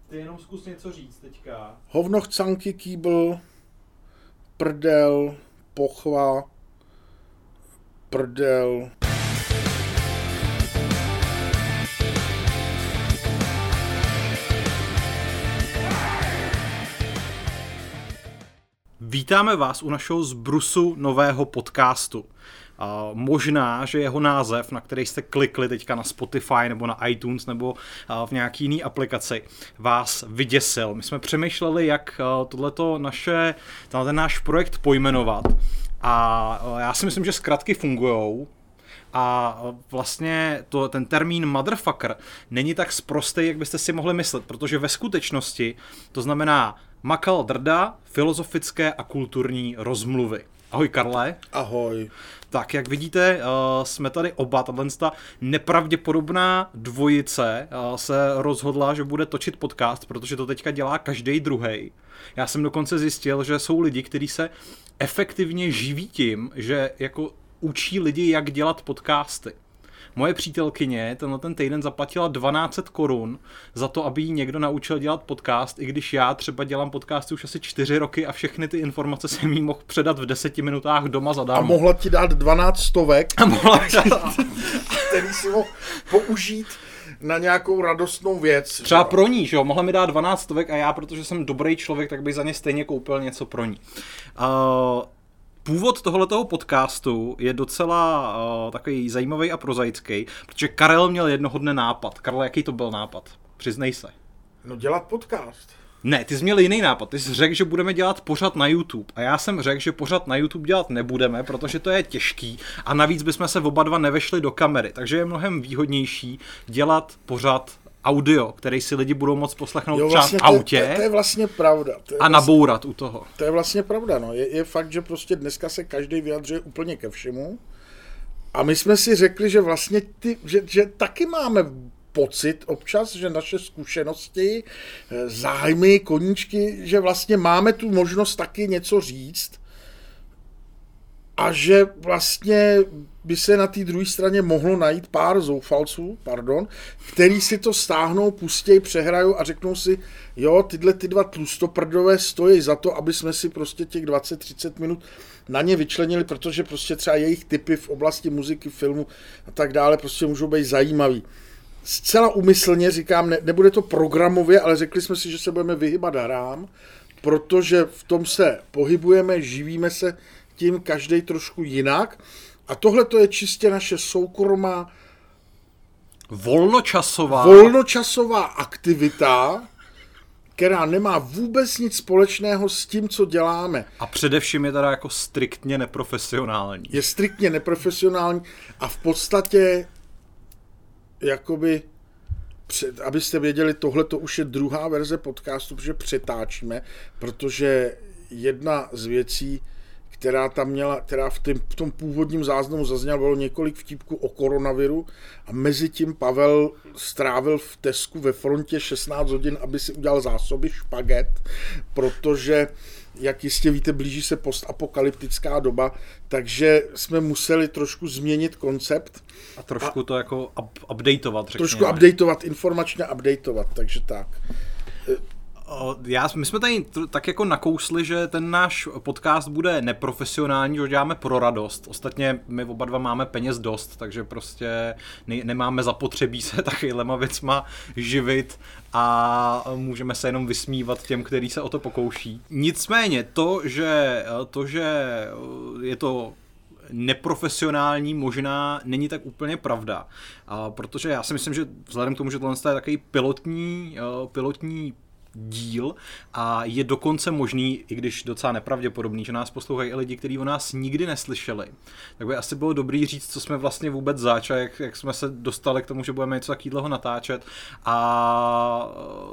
Ty jenom zkus něco říct teďka. Hovno, chcanky, kýbl, prdel, pochva, prdel. Vítáme vás u našeho zbrusu nového podcastu. Možná, že jeho název, na který jste klikli teďka na Spotify nebo na iTunes nebo v nějaký jiný aplikaci, vás vyděsil. My jsme přemýšleli, jak ten náš projekt pojmenovat, a já si myslím, že zkratky fungujou. A vlastně ten termín motherfucker není tak sprostej, jak byste si mohli myslet, protože ve skutečnosti to znamená makal drda, filozofické a kulturní rozmluvy. Ahoj, Karle. Ahoj. Tak, jak vidíte, jsme tady oba, tato nepravděpodobná dvojice se rozhodla, že bude točit podcast, protože to teďka dělá každej druhej. Já jsem dokonce zjistil, že jsou lidi, kteří se efektivně živí tím, že jako učí lidi, jak dělat podcasty. Moje přítelkyně ten týden zaplatila 1200 korun za to, aby jí někdo naučil dělat podcast, i když já třeba dělám podcasty už asi 4 roky a všechny ty informace jsem jí mohl předat v 10 minutách doma zadarmo. A mohla ti dát 12 stovek, který si mohl použít na nějakou radostnou věc. Třeba pro ní, že jo, mohla mi dát 12 stovek a já, protože jsem dobrý člověk, tak bych za ně stejně koupil něco pro ní. Původ tohoto podcastu je docela takový zajímavý a prozaický, protože Karel měl jednoho dne nápad. Karel, jaký to byl nápad? Přiznej se. No, dělat podcast. Ne, ty jsi měl jiný nápad. Ty jsi řekl, že budeme dělat pořad na YouTube. A já jsem řekl, že pořad na YouTube dělat nebudeme, protože to je těžký a navíc bychom se oba dva nevešli do kamery. Takže je mnohem výhodnější dělat pořad audio, který si lidi budou moct poslechnout třeba v autě. To je vlastně pravda. A nabourat u toho. To je vlastně pravda, no. Je fakt, že prostě dneska se každý vyjadřuje úplně ke všemu. A my jsme si řekli, že vlastně že taky máme pocit občas, že naše zkušenosti, zájmy, koníčky, že vlastně máme tu možnost taky něco říct a že vlastně by se na té druhé straně mohlo najít pár zoufalců, který si to stáhnou, pustěj, přehrajou a řeknou si, jo, ty dva tlustoprdové stojí za to, aby jsme si prostě těch 20-30 minut na ně vyčlenili, protože prostě třeba jejich tipy v oblasti muziky, filmu a tak dále prostě můžou být zajímavý. Zcela úmyslně říkám, nebude to programově, ale řekli jsme si, že se budeme vyhybat hrám, protože v tom se pohybujeme, živíme se tím každej trošku jinak. A tohle to je čistě naše soukromá volnočasová aktivita, která nemá vůbec nic společného s tím, co děláme. A především je teda jako striktně neprofesionální. Je striktně neprofesionální a v podstatě jakoby, abyste věděli, tohle to už je druhá verze podcastu, protože přetáčíme, protože jedna z věcí, která v tom původním záznamu zazněla, bylo několik vtipků o koronaviru a mezi tím Pavel strávil v Tesku ve frontě 16 hodin, aby si udělal zásoby špaget, protože, jak jistě víte, blíží se postapokalyptická doba, takže jsme museli trošku změnit koncept. A trošku to jako updateovat, řekněme. Trošku updateovat, informačně updateovat, takže tak. My jsme tady tak jako nakousli, že ten náš podcast bude neprofesionální, že ho děláme pro radost. Ostatně my oba dva máme peněz dost, takže prostě nemáme zapotřebí se takovýhlema věcma živit a můžeme se jenom vysmívat těm, kteří se o to pokouší. Nicméně to, že je to neprofesionální, možná není tak úplně pravda. Protože já si myslím, že vzhledem k tomu, že tohle je takový pilotní díl a je dokonce možný, i když docela nepravděpodobný, že nás poslouchají i lidi, kteří o nás nikdy neslyšeli. Tak by asi bylo dobrý říct, co jsme vlastně vůbec zač a jak jsme se dostali k tomu, že budeme něco takového natáčet a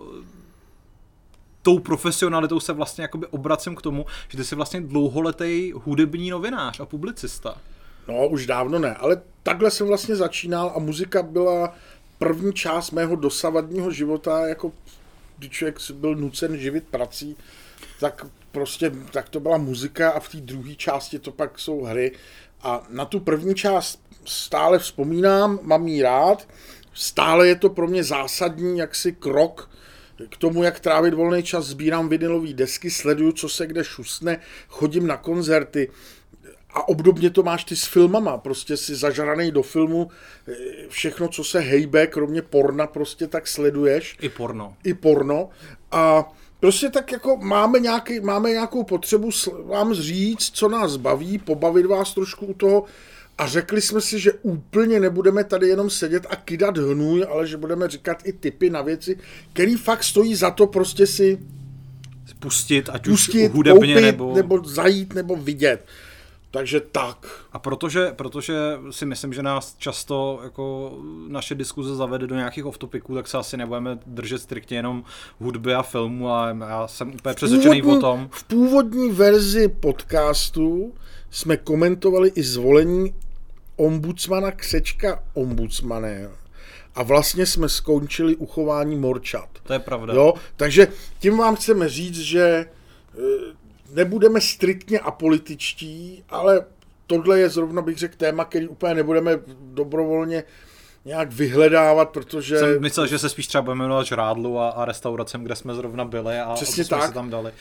tou profesionalitou se vlastně jakoby obracím k tomu, že ty jsi vlastně dlouholetý hudební novinář a publicista. No, už dávno ne, ale takhle jsem vlastně začínal a muzika byla první část mého dosavadního života, jako když člověk byl nucen živit prací, tak to byla muzika a v té druhé části to pak jsou hry. A na tu první část stále vzpomínám, mám jí rád, stále je to pro mě zásadní jaksi krok k tomu, jak trávit volný čas, sbírám vinylové desky, sleduju, co se kde šustne, chodím na koncerty a obdobně to máš ty s filmama, prostě si zažranej do filmu, všechno, co se hejbe, kromě porna, prostě tak sleduješ. I porno. A prostě tak jako máme nějakou potřebu vám říct, co nás baví, pobavit vás trošku u toho a řekli jsme si, že úplně nebudeme tady jenom sedět a kydat hnůj, ale že budeme říkat i tipy na věci, který fakt stojí za to prostě si pustit, ať už hudebně koupit, nebo zajít, nebo vidět. Takže tak. A protože si myslím, že nás často jako naše diskuze zavede do nějakých off-topiců, tak se asi nebudeme držet striktně jenom hudby a filmu a já jsem úplně přesvědčený o tom. V původní verzi podcastu jsme komentovali i zvolení ombudsmana Křečka ombudsmanem. A vlastně jsme skončili uchování morčat. To je pravda. Jo? Takže tím vám chceme říct, že nebudeme striktně apolitičtí, ale tohle je zrovna, bych řekl, téma, který úplně nebudeme dobrovolně nějak vyhledávat, protože... Jsem myslel, že se spíš třeba budeme jmenovat žrádlu a restauracem, kde jsme zrovna byli a přesně jsme tak. se tam dali.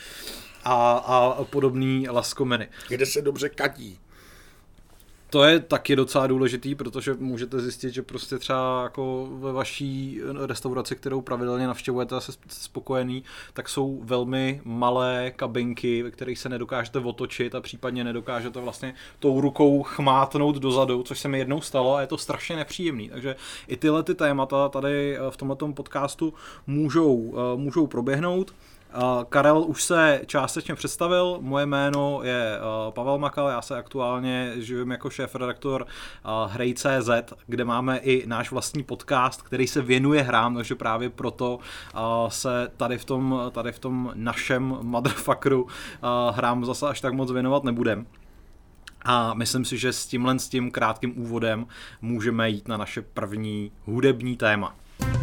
A podobný laskomeny. Kde se dobře kadí. To je taky docela důležitý, protože můžete zjistit, že prostě třeba jako ve vaší restauraci, kterou pravidelně navštěvujete a jste spokojený, tak jsou velmi malé kabinky, ve kterých se nedokážete otočit a případně nedokážete vlastně tou rukou chmátnout dozadu, což se mi jednou stalo a je to strašně nepříjemný. Takže i tyhle ty témata tady v tomhletom podcastu můžou proběhnout. Karel už se částečně představil, moje jméno je Pavel Makal, já se aktuálně živím jako šéfredaktor Hrej.cz, kde máme i náš vlastní podcast, který se věnuje hrám, takže právě proto se tady v tom našem motherfuckeru hrám zase až tak moc věnovat nebudem. A myslím si, že s tím krátkým úvodem můžeme jít na naše první hudební téma.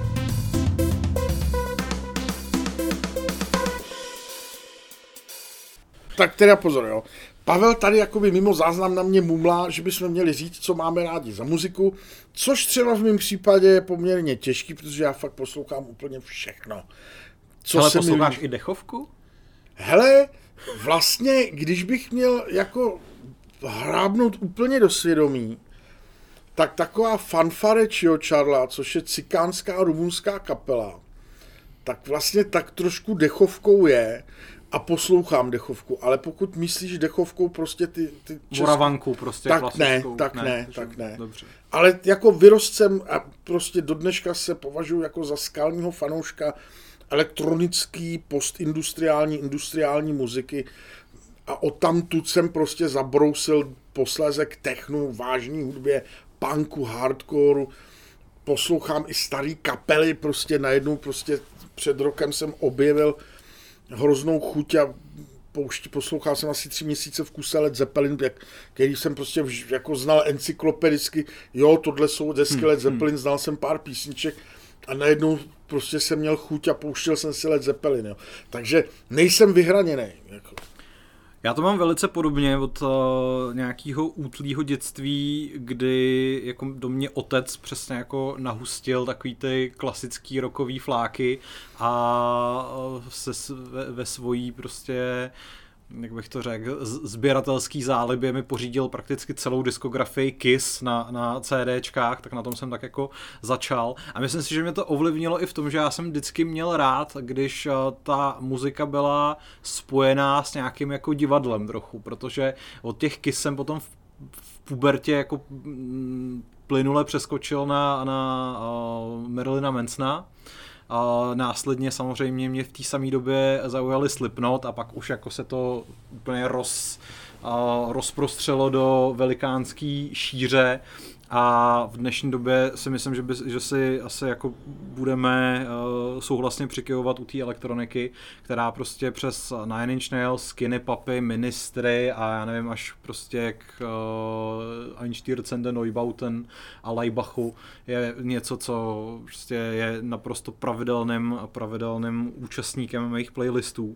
Tak teda pozor, jo. Pavel tady jakoby mimo záznam na mě mumlá, že bychom měli říct, co máme rádi za muziku, což třeba v mém případě je poměrně těžký, protože já fakt poslouchám úplně všechno. Ale posloucháš i dechovku? Hele, vlastně, když bych měl jako hrábnout úplně do svědomí, tak taková Fanfare Čiočarla, což je cikánská a rumunská kapela, tak vlastně tak trošku dechovkou je, a poslouchám dechovku, ale pokud myslíš dechovkou prostě ty Moravanku prostě tak klasickou. Tak ne. Dobře. Ale jako vyrostcem a prostě do dneška se považuji jako za skalního fanouška elektronický, industriální muziky a odtamtud jsem prostě zabrousil posléze k technu, vážný hudbě, punku, hardcoreu, poslouchám i starý kapely, prostě najednou prostě před rokem jsem objevil hroznou chuť a poslouchal jsem asi 3 měsíce v kuse Led Zeppelin, který jsem prostě jako znal encyklopedicky, jo, tohle jsou desky Led Zeppelin, znal jsem pár písniček a najednou prostě jsem měl chuť a pouštěl jsem si Led Zeppelin, jo. Takže nejsem vyhraněný. Jako. Já to mám velice podobně od nějakého útlýho dětství, kdy jako do mě otec přesně jako nahustil takový ty klasický rockový fláky a ve svojí prostě, jak bych to řekl, sběratelský zálibě mi pořídil prakticky celou diskografii Kiss na CDčkách, tak na tom jsem tak jako začal. A myslím si, že mě to ovlivnilo i v tom, že já jsem vždycky měl rád, když ta muzika byla spojená s nějakým jako divadlem trochu, protože od těch Kiss jsem potom v pubertě jako plynule přeskočil na Marilyna Mansona. A následně samozřejmě mě v té samé době zaujali Slipknot a pak už jako se to úplně rozprostřelo do velikánský šíře a v dnešní době si myslím, že si asi jako budeme souhlasně přikyvovat u té elektroniky, která prostě přes Nine Inch Nails, Skinny Puppy, Ministry a já nevím, až prostě k Einstürzende Neubauten a Leibachu je něco, co prostě je naprosto pravidelným účastníkem mých playlistů.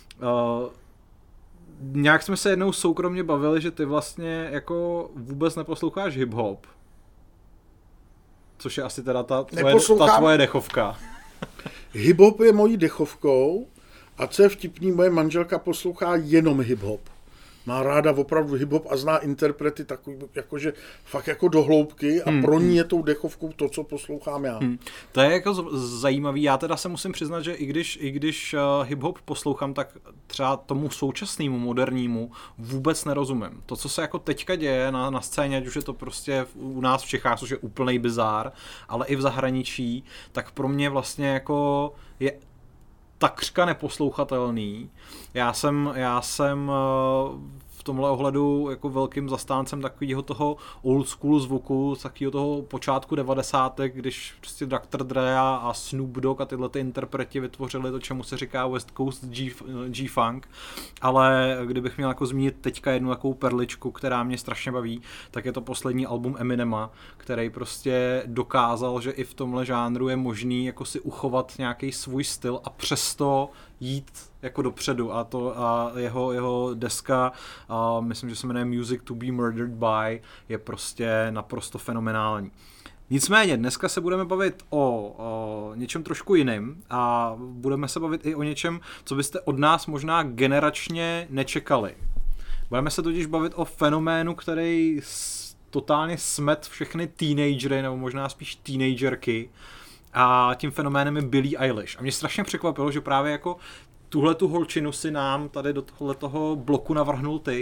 Nějak jsme se jednou soukromně bavili, že ty vlastně jako vůbec neposloucháš hip-hop. Což je asi teda ta tvoje dechovka. hip-hop je mojí dechovkou a co je vtipný, moje manželka poslouchá jenom hip-hop. Má ráda opravdu hip-hop a zná interprety takový, jakože fakt jako do hloubky a pro ní je tou dechovkou to, co poslouchám já. To je jako zajímavý. Já teda se musím přiznat, že i když hip-hop poslouchám, tak třeba tomu současnému, modernímu vůbec nerozumím. To, co se jako teďka děje na scéně, ať už je to prostě u nás v Čechách, což je úplnej bizár, ale i v zahraničí, tak pro mě vlastně jako je takřka neposlouchatelný. Já jsem v tomhle ohledu jako velkým zastáncem takového toho old school zvuku, takového toho počátku 90. když prostě Dr. Dre a Snoop Dogg a tyhle ty interpreti vytvořili to, čemu se říká West Coast G-Funk, ale kdybych měl jako zmínit teďka jednu takovou perličku, která mě strašně baví, tak je to poslední album Eminema, který prostě dokázal, že i v tomhle žánru je možný jako si uchovat nějaký svůj styl a přesto jít jako dopředu a jeho deska, myslím, že se jmenuje Music to be Murdered by, je prostě naprosto fenomenální. Nicméně, dneska se budeme bavit o něčem trošku jiným a budeme se bavit i o něčem, co byste od nás možná generačně nečekali. Budeme se totiž bavit o fenoménu, který totálně smet všechny teenagery, nebo možná spíš teenagerky, a tím fenoménem je Billie Eilish. A mě strašně překvapilo, že právě jako tuhletu holčinu si nám tady do tohoto bloku navrhnul ty.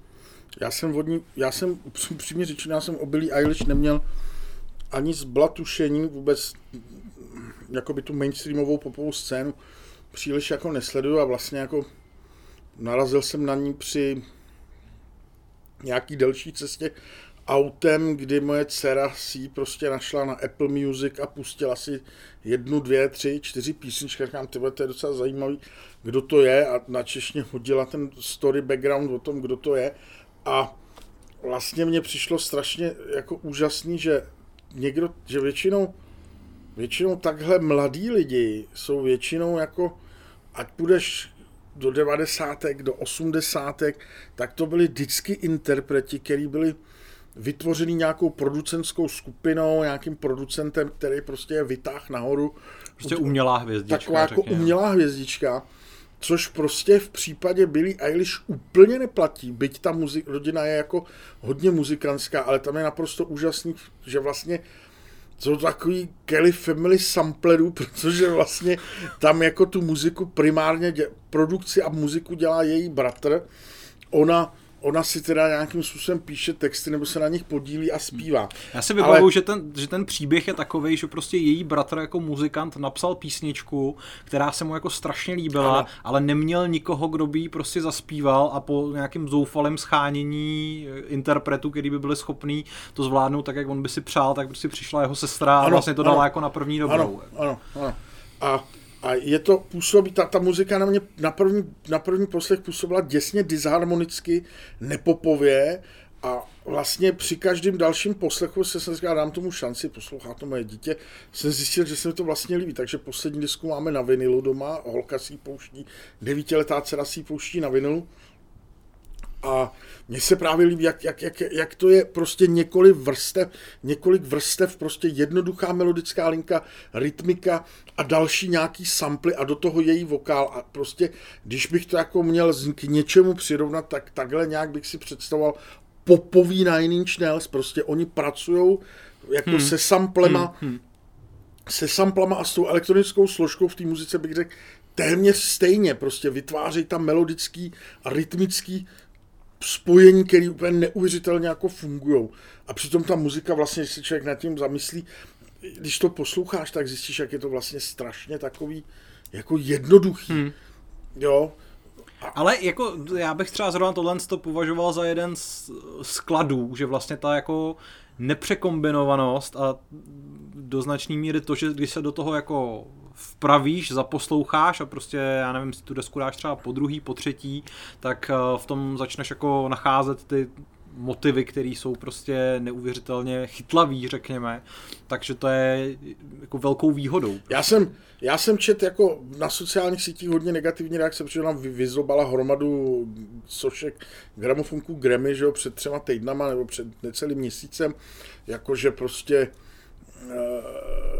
Já jsem upřímně řečeno, já jsem o Billie Eilish neměl ani zblatušení, vůbec jakoby tu mainstreamovou popovou scénu příliš jako nesleduju a vlastně jako narazil jsem na ní při nějaký delší cestě autem, kdy moje dcera si prostě našla na Apple Music a pustila si 1, 2, 3, 4 písničky. Říkám, tyhle, to je docela zajímavý, kdo to je, a na češtině hodila ten story background o tom, kdo to je. A vlastně mně přišlo strašně jako úžasný, že většinou takhle mladí lidi jsou většinou jako, ať půjdeš do 90. do 80. tak to byli vždycky interpreti, který byli vytvořený nějakou producentskou skupinou, nějakým producentem, který prostě je vytáh nahoru. Prostě umělá hvězdička. Taková jako umělá hvězdička, což prostě v případě Billie Eilish úplně neplatí, byť ta rodina je jako hodně muzikantská, ale tam je naprosto úžasný, že vlastně jsou takový Kelly Family samplerů, protože vlastně tam jako tu muziku primárně, produkci a muziku dělá její bratr. Ona si teda nějakým způsobem píše texty nebo se na nich podílí a zpívá. Já si vybavuju, že ten příběh je takovej, že prostě její bratr jako muzikant napsal písničku, která se mu jako strašně líbila, ano, ale neměl nikoho, kdo by ji prostě zaspíval, a po nějakým zoufalém schánění interpretů, který by byli schopný to zvládnout tak, jak on by si přál, tak prostě přišla jeho sestra a vlastně to dala jako na první dobrou. Ano. A je to působí, ta muzika na mě na první poslech působila děsně disharmonicky, nepopově, a vlastně při každém dalším poslechu jsem říkal, dám tomu šanci, poslouchá to moje dítě, jsem zjistil, že se mi to vlastně líbí, takže poslední disku máme na vinilu doma, holka si ji pouští, 9letá dcera si ji pouští na vinilu. A mně se právě líbí, jak to je prostě několik vrstev, prostě jednoduchá melodická linka, rytmika a další nějaký samply a do toho její vokál. A prostě, když bych to jako měl k něčemu přirovnat, tak takhle nějak bych si představoval popový Nine Inch Nails. Prostě oni pracujou jako se samplama a s tou elektronickou složkou v té muzice, bych řekl, téměř stejně. Prostě vytvářejí tam melodický a rytmický spojení, které úplně neuvěřitelně jako fungujou. A přitom ta muzika vlastně, když se člověk nad tím zamyslí, když to posloucháš, tak zjistíš, jak je to vlastně strašně takový jako jednoduchý. Jo. Ale jako já bych třeba zrovna tohle považoval za jeden z skladů, že vlastně ta jako nepřekombinovanost a do značné míry to, že když se do toho jako vpravíš, zaposloucháš a prostě, já nevím, si tu desku dáš třeba po druhý, po třetí, tak v tom začneš jako nacházet ty motivy, které jsou prostě neuvěřitelně chytlavý, řekněme. Takže to je jako velkou výhodou. Já jsem čet jako na sociálních sítích hodně negativní reakce, protože nám vyzobala hromadu sošek gramofonku Grammy, že jo, před 3 týdnama nebo před necelým měsícem, jakože prostě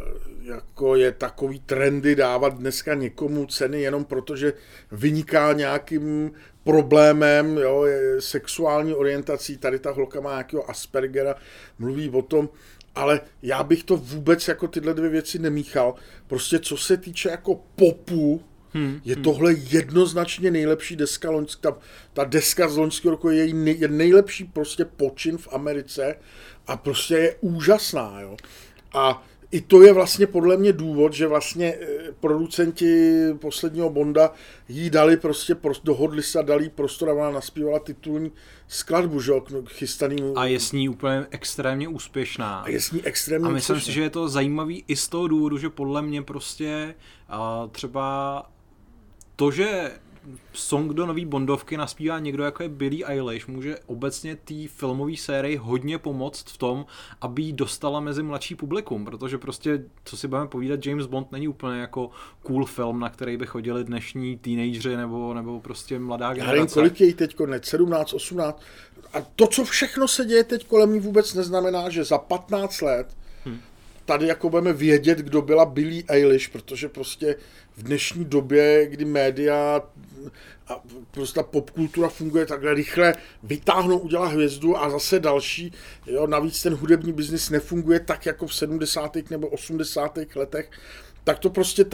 jako je takový trendy dávat dneska někomu ceny jenom proto, že vyniká nějakým problémem, jo, sexuální orientací, tady ta holka má nějakého Aspergera, mluví o tom, ale já bych to vůbec jako tyhle dvě věci nemíchal. Prostě co se týče jako popu, je tohle jednoznačně nejlepší deska loňská. Ta deska z loňského roku je nejlepší prostě počin v Americe a prostě je úžasná, jo. A i to je vlastně podle mě důvod, že vlastně producenti posledního Bonda jí dali prostě, dohodli se a dali prostor a ona naspívala titulní skladbu, že chystaným. A je s ní úplně extrémně úspěšná. A je s ní extrémně úspěšná. A myslím si, že je to zajímavý i z toho důvodu, že podle mě prostě třeba to, že song do nový Bondovky naspívá někdo jako je Billie Eilish, může obecně té filmové sérii hodně pomoct v tom, aby ji dostala mezi mladší publikum, protože prostě, co si budeme povídat, James Bond není úplně jako cool film, na který by chodili dnešní teenageři nebo prostě mladá generace. Já nevím, kolik je jí teďko, 17, 18. A to, co všechno se děje teď kolem ní, vůbec neznamená, že za 15 let tady jako budeme vědět, kdo byla Billie Eilish, protože prostě v dnešní době, kdy média a prostě ta popkultura funguje takhle rychle, vytáhnou, udělá hvězdu a zase další, jo, navíc ten hudební biznis nefunguje tak jako v 70. nebo 80. letech, tak to prostě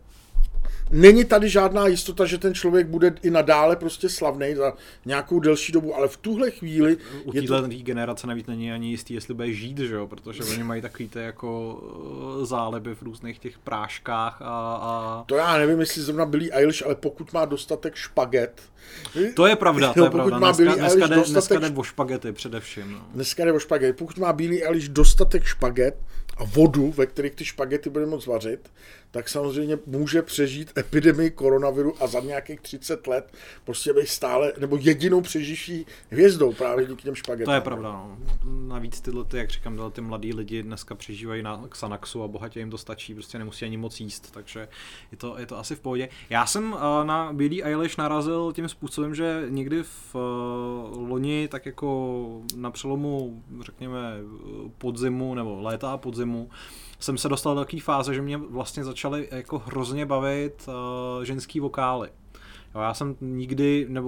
není tady žádná jistota, že ten člověk bude i nadále prostě slavnej za nějakou delší dobu, ale v tuhle chvíli... U téhle generace navíc není ani jistý, jestli bude žít, že jo? Protože oni mají takový ty jako záliby v různých těch práškách a... To já nevím, jestli zrovna Billie Eilish, ale pokud má dostatek špaget... To je pravda, to je pravda. Dneska jde o špagety především. No. Dneska jde o špagety. Pokud má Billie Eilish dostatek špaget a vodu, ve kterých ty špagety bude moc vařit, tak samozřejmě může přežít epidemii koronaviru a za nějakých 30 let prostě být stále, nebo jedinou přeživší hvězdou právě díky těm špagetům. To je pravda, no. Navíc tyhle, jak říkám, ty mladí lidi dneska přežívají na Xanaxu a bohatě jim to stačí, prostě nemusí ani moc jíst, takže je to asi v pohodě. Já jsem na Billie Eilish narazil tím způsobem, že někdy v loni, tak jako na přelomu, řekněme, podzimu, nebo léta a podzimu, jsem se dostal do takové fáze, že mě vlastně začaly jako hrozně bavit ženský vokály. Jo, já jsem nikdy, nebo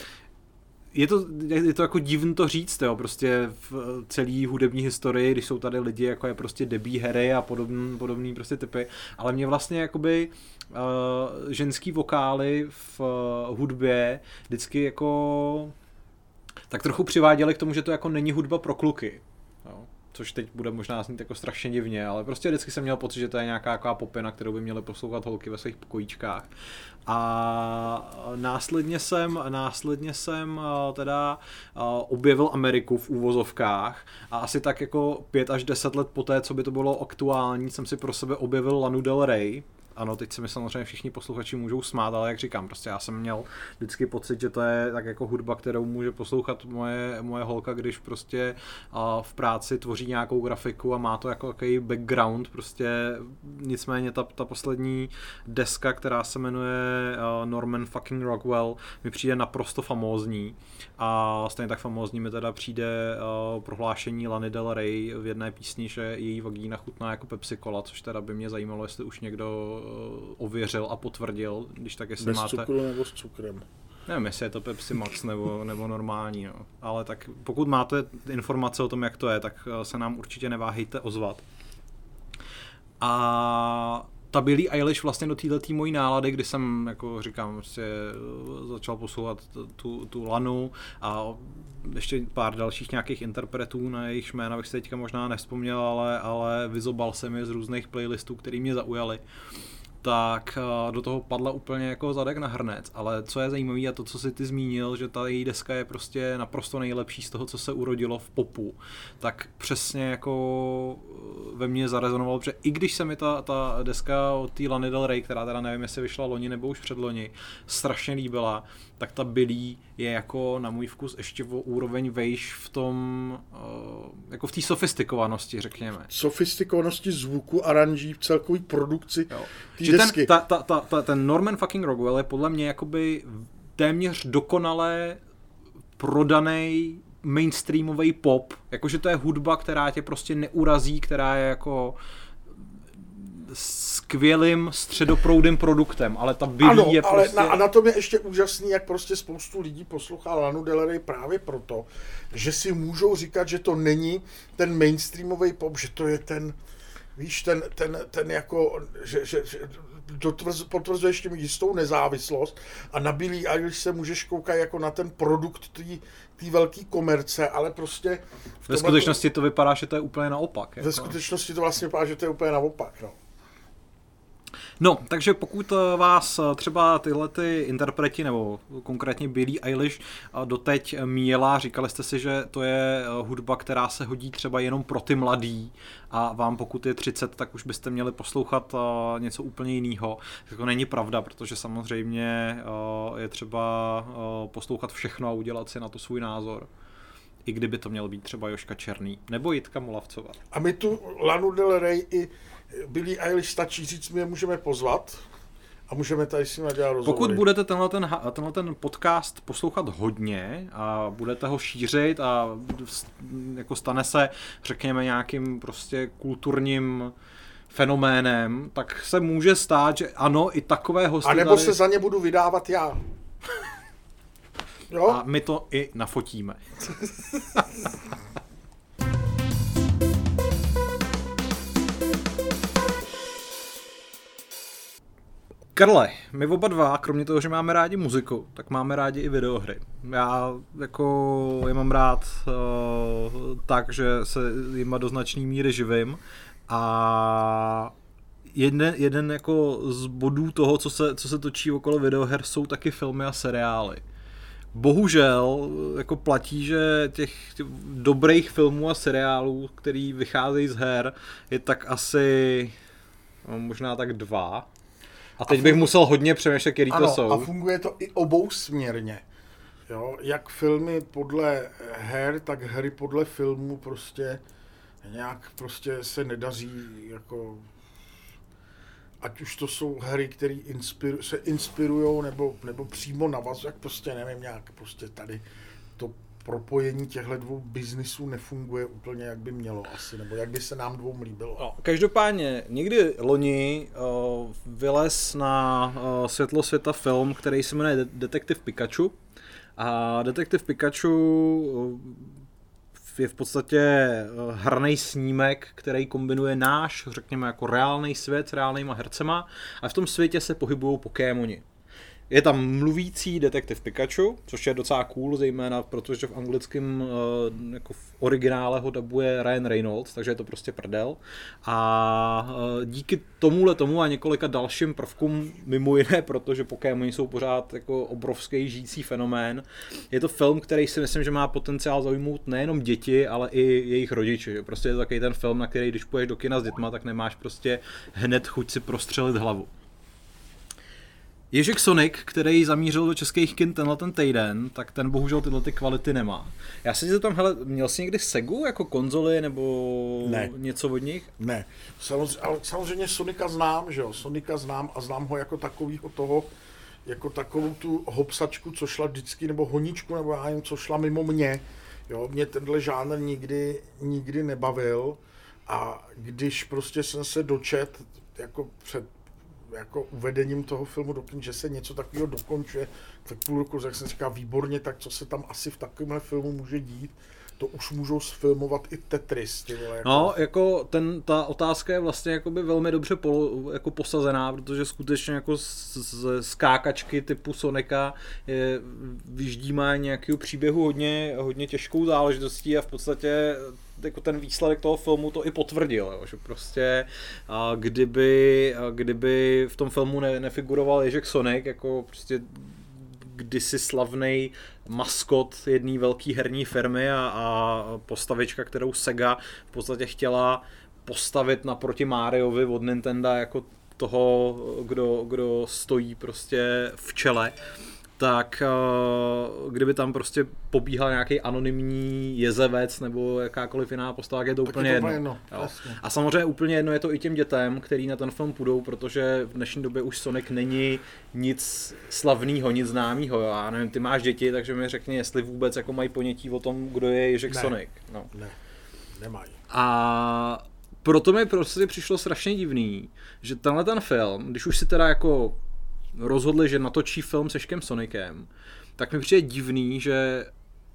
je to jako divný to říct, jo, prostě v celé hudební historii, když jsou tady lidi, jako je prostě Debbie Harry a podobný prostě typy, ale mě vlastně jakoby ženský vokály v hudbě vždycky jako tak trochu přiváděly k tomu, že to jako není hudba pro kluky. Jo. Což teď bude možná znít jako strašně divně, ale prostě vždycky jsem měl pocit, že to je nějaká taková popina, kterou by měly poslouchat holky ve svých pokojíčkách. A následně jsem teda objevil Ameriku v úvozovkách a asi tak jako 5 až 10 let poté, co by to bylo aktuální, jsem si pro sebe objevil Lanu Del Rey. Ano, teď se mi samozřejmě všichni posluchači můžou smát, ale jak říkám, prostě já jsem měl vždycky pocit, že to je tak jako hudba, kterou může poslouchat moje holka, když prostě v práci tvoří nějakou grafiku a má to jako takový background, prostě nicméně ta poslední deska, která se jmenuje Norman fucking Rockwell, mi přijde naprosto famózní a stejně tak famózní mi teda přijde prohlášení Lany Del Rey v jedné písni, že její vagína chutná jako Pepsi Cola, což teda by mě zajímalo, jestli už někdo ověřil a potvrdil, když tak jestli bez máte... cukru nebo s cukrem. Nevím, jestli je to Pepsi Max nebo normální, no. Ale tak pokud máte informace o tom, jak to je, tak se nám určitě neváhejte ozvat. A ta Billie Eilish vlastně do této mojí nálady, kdy jsem, jako říkám, prostě začal poslouchat tu Lanu a ještě pár dalších nějakých interpretů, na jejich jména bych se teďka možná nevzpomněl, ale vyzobal jsem je z různých playlistů, které mě zaujaly. Tak do toho padla úplně jako zadek na hrnec, ale co je zajímavé a to, co si ty zmínil, že ta její deska je prostě naprosto nejlepší z toho, co se urodilo v popu, tak přesně jako ve mně zarezonovalo, protože i když se mi ta deska od té Lany Del Rey, která teda nevím, jestli vyšla loni nebo už předloni, strašně líbila, tak ta Billie je jako na můj vkus ještě o úroveň vejš v tom, jako v té sofistikovanosti, řekněme. Sofistikovanosti zvuku, aranží, v celkový produkci té desky. Ten Norman fucking Rockwell je podle mě jakoby téměř dokonale prodaný mainstreamový pop, jakože to je hudba, která tě prostě neurazí, která je jako skvělým středoproudým produktem, ale ta Billie je prostě... A na tom je ještě úžasný, jak prostě spoustu lidí poslouchá Lanu Del Rey právě proto, že si můžou říkat, že to není ten mainstreamový pop, že to je ten, víš, ten jako, že potvrzuje ještě jistou nezávislost a na Billie Eilish se můžeš koukat jako na ten produkt té velké komerce, ale prostě... Ve skutečnosti to vypadá, že to je úplně naopak. Ve skutečnosti to vlastně vypadá, že to je úplně naopak, no. No, takže pokud vás třeba tyhle ty interpreti, nebo konkrétně Billie Eilish, doteď míjela, říkali jste si, že to je hudba, která se hodí třeba jenom pro ty mladý a vám pokud je 30, tak už byste měli poslouchat něco úplně jiného. Tak to není pravda, protože samozřejmě je třeba poslouchat všechno a udělat si na to svůj názor. I kdyby to měl být třeba Jožka Černý nebo Jitka Molavcová. A my tu Lanu Del Rey i Billie Eilish stačí říct, my je můžeme pozvat a můžeme tady s nimi dělat rozhovory. Pokud budete tenhle ten podcast poslouchat hodně a budete ho šířit a jako stane se, řekněme, nějakým prostě kulturním fenoménem, tak se může stát, že ano, i takové hosty. A nebo tady... se za ně budu vydávat já. Jo? A my to i nafotíme. Karle, my oba dva, kromě toho, že máme rádi muziku, tak máme rádi i videohry. Já jako je mám rád tak, že se jima do značné míry živím a jeden jako z bodů toho, co se točí okolo videoher, jsou taky filmy a seriály. Bohužel jako platí, že těch dobrých filmů a seriálů, který vycházejí z her, je tak asi možná tak 2. A teď bych musel hodně přemýšlet, který to jsou. A funguje to i obousměrně. Jo? Jak filmy podle her, tak hry podle filmů prostě nějak prostě se nedaří jako... Ať už to jsou hry, které se inspirujou nebo přímo navazují, jak prostě nevím, nějak prostě tady to propojení těchto dvou biznisů nefunguje úplně, jak by mělo asi, nebo jak by se nám dvou líbilo. No, každopádně někdy loni vylez na světlo světa film, který se jmenuje Detektiv Pikachu. A Detektiv Pikachu je v podstatě hraný snímek, který kombinuje náš, řekněme, jako reálný svět s reálnýma hercema a v tom světě se pohybují Pokémoni. Je tam mluvící detektiv Pikachu, což je docela cool, zejména protože v anglickém jako v originále ho dabuje Ryan Reynolds, takže je to prostě prdel. A díky tomu a několika dalším prvkům, mimo jiné, protože Pokémoni jsou pořád jako obrovský žijící fenomén, je to film, který si myslím, že má potenciál zaujmout nejenom děti, ale i jejich rodiče. Prostě je to takový ten film, na který když půjdeš do kina s dětma, tak nemáš prostě hned chuť si prostřelit hlavu. Ježek Sonic, který zamířil do českých kin tenhle ten týden, tak ten bohužel tyhle ty kvality nemá. Já se tam, hele, měl jsi někdy Segu jako konzoli nebo něco od nich? Ne, samozřejmě Sonika znám, že jo, Sonika znám a znám ho jako takovýho toho, jako takovou tu hopsačku, co šla vždycky, nebo honičku, nebo já nevím, co šla mimo mě. Jo, mě tenhle žánr nikdy nebavil a když prostě jsem se dočet jako před jako uvedením toho filmu do kin, že se něco takového dokončuje, tak půl roku, jak jsem říkal, výborně, tak co se tam asi v takovémhle filmu může dít, to už můžou sfilmovat i Tetris, ty vole. Jako. No, jako ta otázka je vlastně jakoby velmi dobře jako posazená, protože skutečně jako z skákačky typu Sonika vyždímá nějakého příběhu hodně těžkou záležitostí a v podstatě jako ten výsledek toho filmu to i potvrdil, jo, že prostě kdyby v tom filmu nefiguroval Ježek Sonic jako prostě kdysi slavnej maskot jedné velké herní firmy a postavička, kterou Sega v podstatě chtěla postavit naproti Mariovi od Nintendo jako toho, kdo stojí prostě v čele, tak kdyby tam prostě pobíhal nějaký anonymní jezevec nebo jakákoliv jiná postava, tak je to úplně jedno. A samozřejmě úplně jedno je to i těm dětem, který na ten film půjdou, protože v dnešní době už Sonic není nic slavného, nic známého. Já nevím, ty máš děti, takže mi řekni, jestli vůbec jako mají ponětí o tom, kdo je Ježek Sonic. No. Ne, nemají. A proto mi prostě přišlo strašně divný, že tenhle ten film, když už si teda jako rozhodli, že natočí film se Škem Sonicem, tak mi přijde divný, že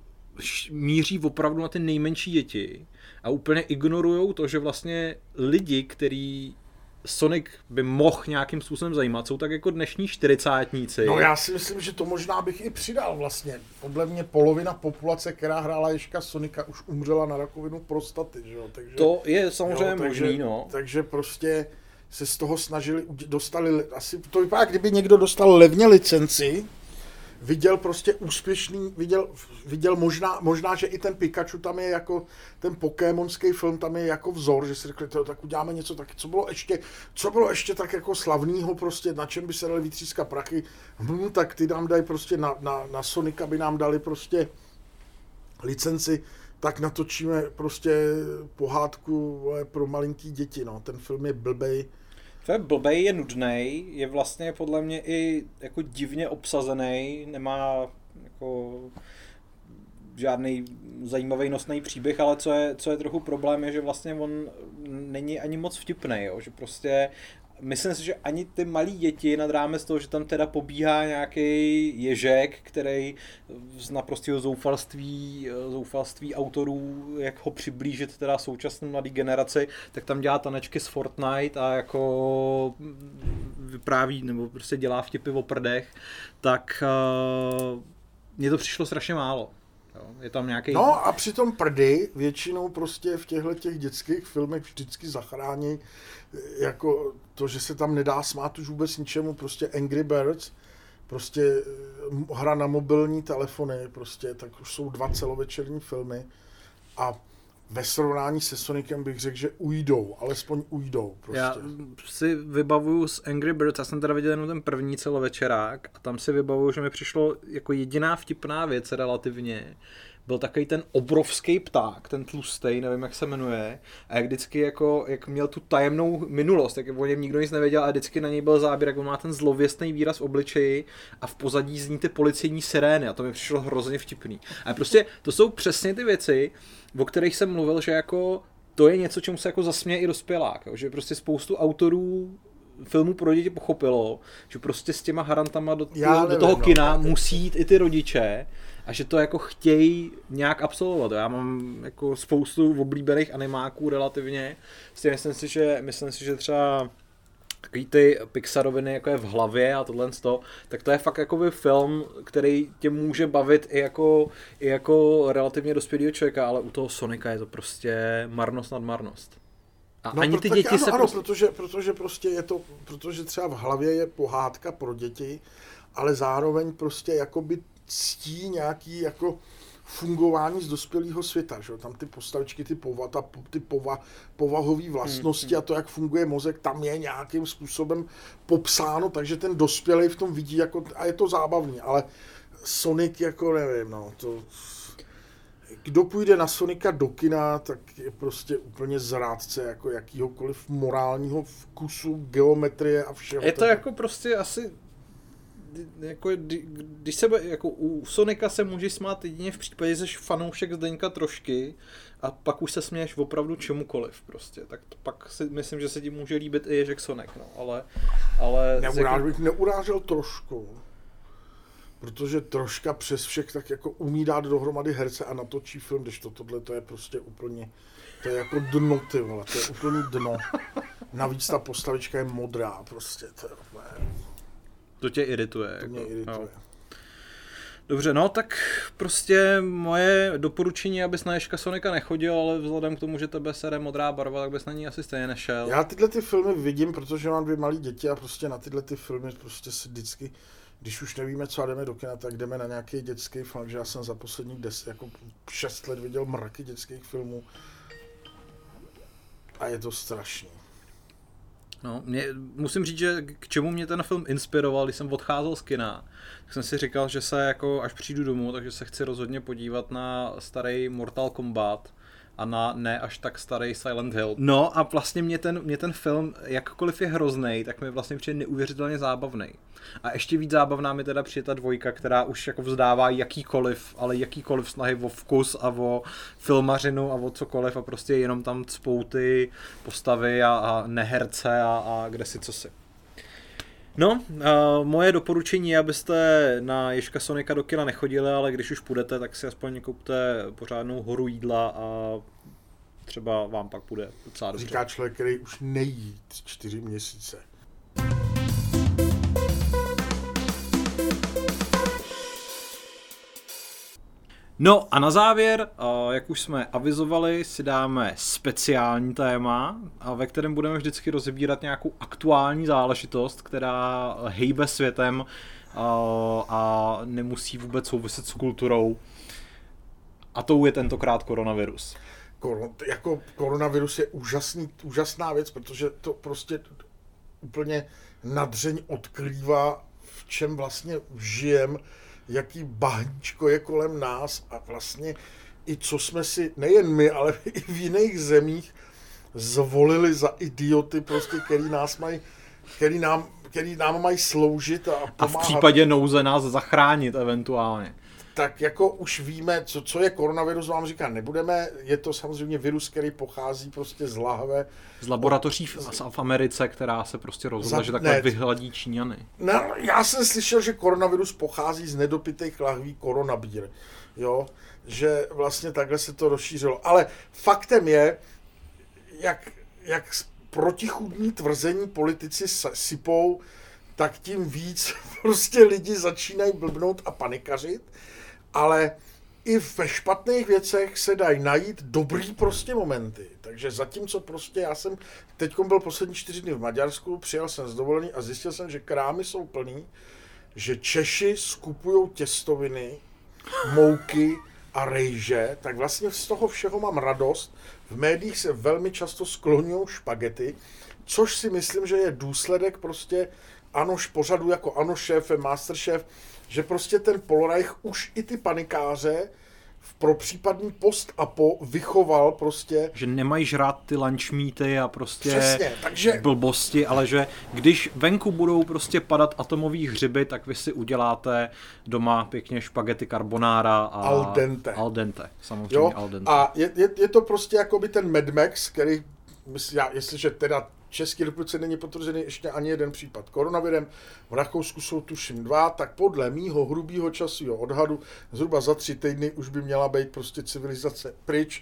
míří opravdu na ty nejmenší děti a úplně ignorujou to, že vlastně lidi, který Sonic by mohl nějakým způsobem zajímat, jsou tak jako dnešní čtyřicátníci. No já si myslím, že to možná bych i přidal vlastně. Podle mě polovina populace, která hrála Ježka Sonika, už umřela na rakovinu prostaty, že jo? Takže, to je samozřejmě možný, no. Takže prostě se z toho snažili, dostali, asi to vypadá, kdyby někdo dostal levně licenci, viděl prostě úspěšný, viděl možná, že i ten Pikachu tam je jako, ten pokémonský film tam je jako vzor, že si řekli, tak uděláme něco taky, co bylo ještě tak jako slavného prostě, na čem by se dali vytřískat prachy, tak ty nám dají prostě na Sonika by nám dali prostě licenci, tak natočíme prostě pohádku pro malinký děti, no, ten film je blbej. To je blbej, je nudnej, je vlastně podle mě i jako divně obsazený, nemá jako žádný zajímavý nosný příběh, ale co je trochu problém, je, že vlastně on není ani moc vtipnej, jo? Že prostě myslím si, že ani ty malí děti nad rámec toho, že tam teda pobíhá nějaký ježek, který z naprostého zoufalství autorů, jak ho přiblížit teda současné mladé generaci, tak tam dělá tanečky z Fortnite a jako vypráví nebo prostě dělá vtipy o prdech, tak mně to přišlo strašně málo. Je tam nějaký... No a přitom prdy většinou prostě v těchto dětských filmech vždycky zachrání jako to, že se tam nedá smát už vůbec ničemu, prostě Angry Birds, prostě hra na mobilní telefony, prostě tak už jsou 2 celovečerní filmy a ve srovnání se Sonicem bych řekl, že alespoň ujdou. Prostě. Já si vybavuju z Angry Birds, já jsem teda viděl jenom ten první celovečerák a tam si vybavuju, že mi přišlo jako jediná vtipná věc relativně. Byl takový ten obrovský pták, ten tlustej, nevím jak se jmenuje, a jak vždycky jako, jak měl tu tajemnou minulost, jak o něm nikdo nic nevěděl a vždycky na něj byl záběr, jak on má ten zlověstný výraz v obličeji a v pozadí zní ty policejní sirény a to mi přišlo hrozně vtipný. A prostě to jsou přesně ty věci, o kterých jsem mluvil, že jako to je něco, čemu se jako zasměje i dospělák, jo? Že prostě spoustu autorů filmů pro děti pochopilo, že prostě s těma harantama do toho kina musí jít i ty rodiče a že to jako chtějí nějak absolvovat. Já mám jako spoustu oblíbených animáků relativně, myslím si, že třeba takový ty Pixaroviny, jako je V hlavě a tohle tak to je fakt jakoby film, který tě může bavit i jako relativně dospělého člověka, ale u toho Sonika je to prostě marnost nad marnost. A no, ani ty děti ano, se ano, protože prostě je to, protože třeba V hlavě je pohádka pro děti, ale zároveň prostě jakoby ctí nějaký jako fungování z dospělého světa, že? Tam ty postavičky, ty povahové vlastnosti a to, jak funguje mozek, tam je nějakým způsobem popsáno, takže ten dospělej v tom vidí jako, a je to zábavný, ale Sonic jako nevím, no, to... Kdo půjde na Sonika do kina, tak je prostě úplně zrádce jako jakýhokoliv morálního vkusu, geometrie a všeho. Je to jako prostě asi, jako, když se jako u Sonika se můžeš smát jedině v případě, že jsi fanoušek Zdeňka Trošky a pak už se směješ opravdu čemukoliv prostě, tak to pak si myslím, že se ti může líbit i Ježek Sonic, no, ale bych neurážel Trošku. Protože Troška přes všech tak jako umí dát dohromady herce a natočí film, když tohle to je prostě úplně, to je jako dno, ty vole, to je úplně dno. Navíc ta postavička je modrá prostě, to je úplně... To tě irituje. To mě irituje. No. Dobře, no tak prostě moje doporučení, abys na Ježka Sonika nechodil, ale vzhledem k tomu, že tebe sere modrá barva, tak bys na ní asi stejně nešel. Já tyhle ty filmy vidím, protože mám 2 malé děti a prostě na tyhle ty filmy prostě si vždycky, když už nevíme, co a jdeme do kina, tak jdeme na nějaký dětský film, že já jsem za posledních 6 let viděl mraky dětských filmů a je to strašný. No, musím říct, že k čemu mě ten film inspiroval, když jsem odcházel z kina, tak jsem si říkal, že se jako až přijdu domů, takže se chci rozhodně podívat na starý Mortal Kombat a na ne až tak starý Silent Hill. No a vlastně mě ten film, jakkoliv je hroznej, tak mi vlastně přijde neuvěřitelně zábavnej. A ještě víc zábavná mi teda přijde ta dvojka, která už jako vzdává jakýkoliv snahy o vkus a o filmařinu a o cokoliv a prostě jenom tam cpou ty postavy a neherce a kde si co si. No, moje doporučení je, abyste na Ježka Sonika do kina nechodili, ale když už půjdete, tak si aspoň koupte pořádnou horu jídla a třeba vám pak bude docela dobře. Říká člověk, který už nejí 4 měsíce. No a na závěr, jak už jsme avizovali, si dáme speciální téma, ve kterém budeme vždycky rozebírat nějakou aktuální záležitost, která hejbe světem a nemusí vůbec souviset s kulturou. A tou je tentokrát koronavirus. Jako koronavirus je úžasná věc, protože to prostě úplně nadřeň odkrývá, v čem vlastně žijem, jaký bahníčko je kolem nás a vlastně i co jsme si, nejen my, ale i v jiných zemích zvolili za idioty, prostě, který nám mají sloužit a pomáhat. A v případě nouze nás zachránit eventuálně. Tak jako už víme, co je koronavirus, vám říkat nebudeme. Je to samozřejmě virus, který pochází prostě z lahve. Z laboratoří v Americe, která se prostě rozhodla, že takhle vyhladí Číňany. No, já jsem slyšel, že koronavirus pochází z nedopitých lahví koronabír. Jo? Že vlastně takhle se to rozšířilo. Ale faktem je, jak protichůdní tvrzení politici sypou, tak tím víc prostě lidi začínají blbnout a panikařit. Ale i ve špatných věcech se dají najít dobrý prostě momenty. Takže zatímco prostě já jsem teďkom byl poslední 4 dny v Maďarsku, přijel jsem z dovolený a zjistil jsem, že krámy jsou plný, že Češi skupujou těstoviny, mouky a rejže, tak vlastně z toho všeho mám radost. V médiích se velmi často skloňují špagety, což si myslím, že je důsledek prostě pořadu jako Ano šéfe, Masterchef, že prostě ten Polreich už i ty panikáře pro případný post a po vychoval prostě. Že nemají žrát ty lunch meaty a prostě přesně, takže blbosti, ale že když venku budou prostě padat atomový hřiby, tak vy si uděláte doma pěkně špagety carbonara a al dente. Al dente, samozřejmě jo? Al dente. A je to prostě jakoby ten Mad Max, který, jestliže teda v České republice není potvrzený ještě ani jeden případ koronavirem, v Rakousku jsou tuším 2, tak podle mýho hrubýho časového odhadu zhruba za 3 týdny už by měla být prostě civilizace pryč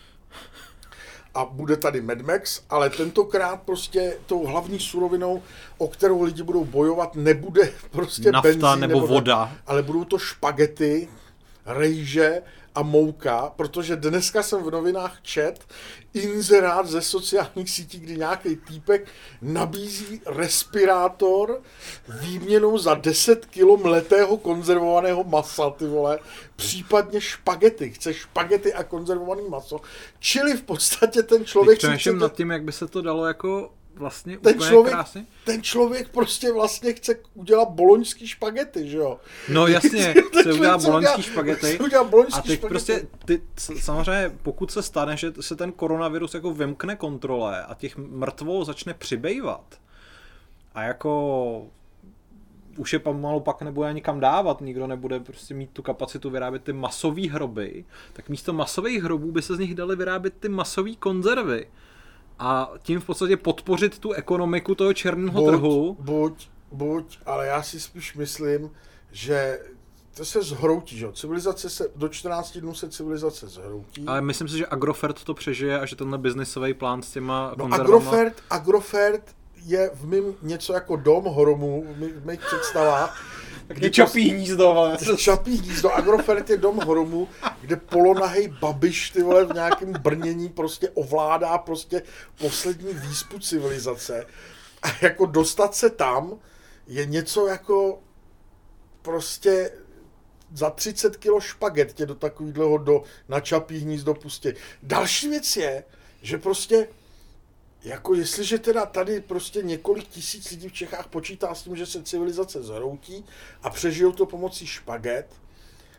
a bude tady Mad Max, ale tentokrát prostě tou hlavní surovinou, o kterou lidi budou bojovat, nebude prostě nafta benzín nebo voda, ale budou to špagety, rejže a mouka, protože dneska jsem v novinách čet inzerát ze sociálních sítí, kdy nějaký týpek nabízí respirátor výměnou za 10 kg mletého konzervovaného masa, ty vole, případně špagety. Chce špagety a konzervovaný maso. Čili v podstatě ten člověk... Přemýšlím nad tím, jak by se to dalo jako vlastně úplně krásně. Ten člověk prostě vlastně chce udělat boloňský špagety, že jo? No jasně, chce udělat boloňský špagety. A teď prostě, samozřejmě, pokud se stane, že se ten koronavirus jako vymkne kontrole a těch mrtvol začne přibývat a jako už je pomalu pak nebude ani kam dávat, nikdo nebude prostě mít tu kapacitu vyrábět ty masové hroby, tak místo masových hrobů by se z nich daly vyrábět ty masové konzervy. A tím v podstatě podpořit tu ekonomiku toho černého trhu. Buď, ale já si spíš myslím, že to se zhroutí, že? Civilizace se, do 14 dnů se civilizace zhroutí. Ale myslím si, že Agrofert to přežije a že tenhle biznisový plán s těma konzervama... Agrofert je v mým něco jako dom hromů, v mých představách. Kdy Čapí hnízdo, ale... Čapí hnízdo, Agrofert je dom hromu, kde polonahej Babiš, ty vole, v nějakém brnění prostě ovládá prostě poslední výspu civilizace. A jako dostat se tam je něco jako prostě za 30 kilo špaget tě do takovýhleho na Čapí hnízdo pustí. Další věc je, že prostě jako jestliže teda tady prostě několik tisíc lidí v Čechách počítá s tím, že se civilizace zhroutí a přežijou to pomocí špaget,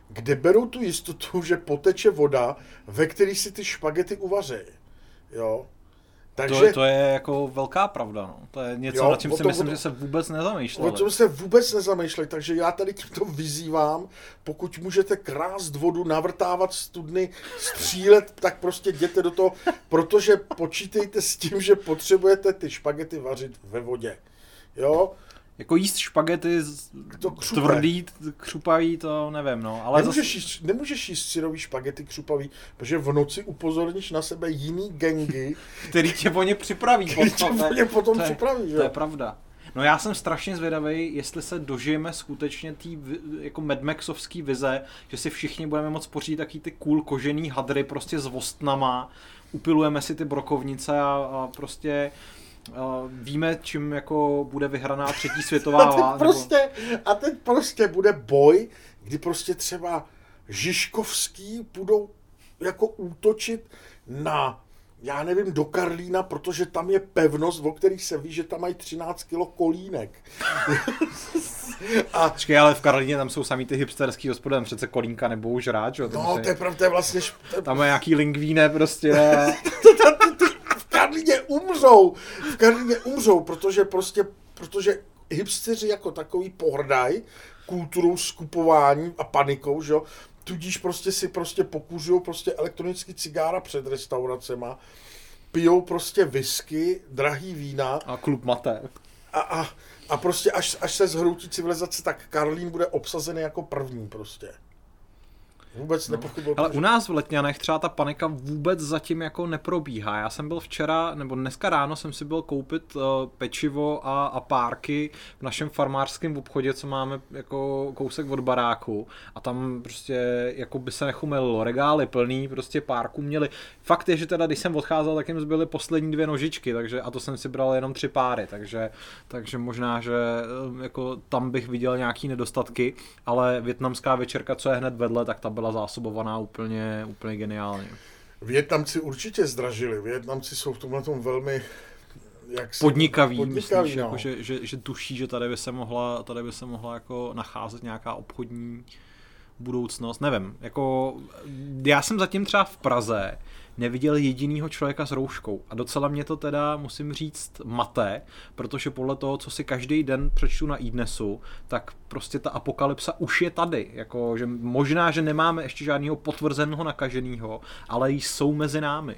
kde berou tu jistotu, že poteče voda, ve který si ty špagety uvařejí. Jo? Takže, to je jako velká pravda, no. To je něco, nad čím si myslím, že se vůbec nezamýšleli. O tom se vůbec nezamýšleli, takže já tady tímto vyzývám, pokud můžete krást vodu, navrtávat studny, střílet, tak prostě jděte do toho, protože počítejte s tím, že potřebujete ty špagety vařit ve vodě. Jo? Jako jíst špagety tvrdý, křupavý, to nevím, no. Ale nemůžeš jíst syrový špagety křupavý, protože v noci upozorníš na sebe jiný gangy, který tě o ně připraví. Potom připraví, to je pravda. No já jsem strašně zvědavý, jestli se dožijeme skutečně té jako Mad Maxovský vize, že si všichni budeme moct pořídit taky ty cool kožený hadry prostě s vostnama, upilujeme si ty brokovnice a prostě víme, čím jako bude vyhraná třetí světová válka. A teď prostě bude boj, kdy prostě třeba Žižkovský budou jako útočit na, já nevím, do Karlína, protože tam je pevnost, o kterých se ví, že tam mají 13 kilo kolínek. Počkej, ale v Karlíně tam jsou samý ty hipsterský hospodem, přece kolínka nebudou žrát, že? No, to je pravda, to je vlastně... Tam je nějaký lingvíne prostě. V Karlíně umřou, protože hipsteři jako takový pohrdají kulturou skupování a panikou, že jo? Tudíž prostě si pokuřujou elektronický cigára před restauracema, pijou prostě whisky, drahý vína. A klub mate. A prostě až se zhroutí civilizace, tak Karlín bude obsazený jako první prostě. Vůbec nepochybuji. Ale u nás v Letňanech třeba ta panika vůbec zatím jako neprobíhá. Já jsem byl včera, nebo dneska ráno jsem si byl koupit pečivo a párky v našem farmářském obchodě, co máme jako kousek od baráku. A tam prostě jako by se nechumelilo. Regály plný, prostě párků měli. Fakt je, že teda když jsem odcházel, tak jim zbyly poslední 2 nožičky, a to jsem si bral jenom 3 páry, takže možná, že jako tam bych viděl nějaký nedostatky, ale vietnamská večerka, co je hned vedle, tak ta byla zásobovaná úplně geniálně. Vietnamci určitě zdražili. Vietnamci jsou v tomhletom velmi podnikaví, myslíš, no. Jako, že tuší, že tady by se mohla jako nacházet nějaká obchodní budoucnost. Nevím, jako já jsem zatím třeba v Praze neviděl jedinýho člověka s rouškou a docela mě to teda, musím říct, mate, protože podle toho, co si každý den přečtu na iDnesu, tak prostě ta apokalypsa už je tady, jako, že možná, že nemáme ještě žádného potvrzeného nakaženého, ale jsou mezi námi.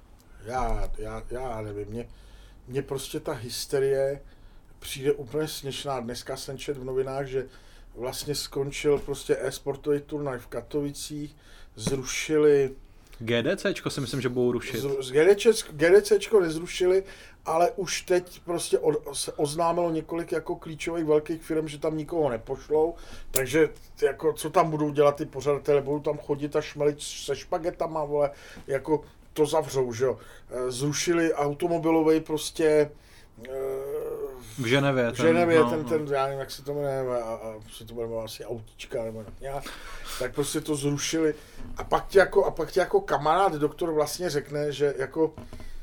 Já nevím, mně prostě ta hysterie přijde úplně směšná. Dneska jsem četl v novinách, že vlastně skončil prostě e-sportový turnaj v Katovicích, zrušili GDCčko si myslím, že budou rušit. GDCčko nezrušili, ale už teď prostě se oznámilo několik jako klíčových velkých firm, že tam nikoho nepošlou, takže jako co tam budou dělat ty pořadatelé, budou tam chodit a šmelit se špagetama, vole, jako to zavřou, že jo. Zrušili automobilovej prostě v Ženevě. Ten, já nevím, jak se to jmenuje, a se to jmenuje asi autička, nebo nějak, tak prostě to zrušili. A pak ti jako kamarád doktor vlastně řekne, že jako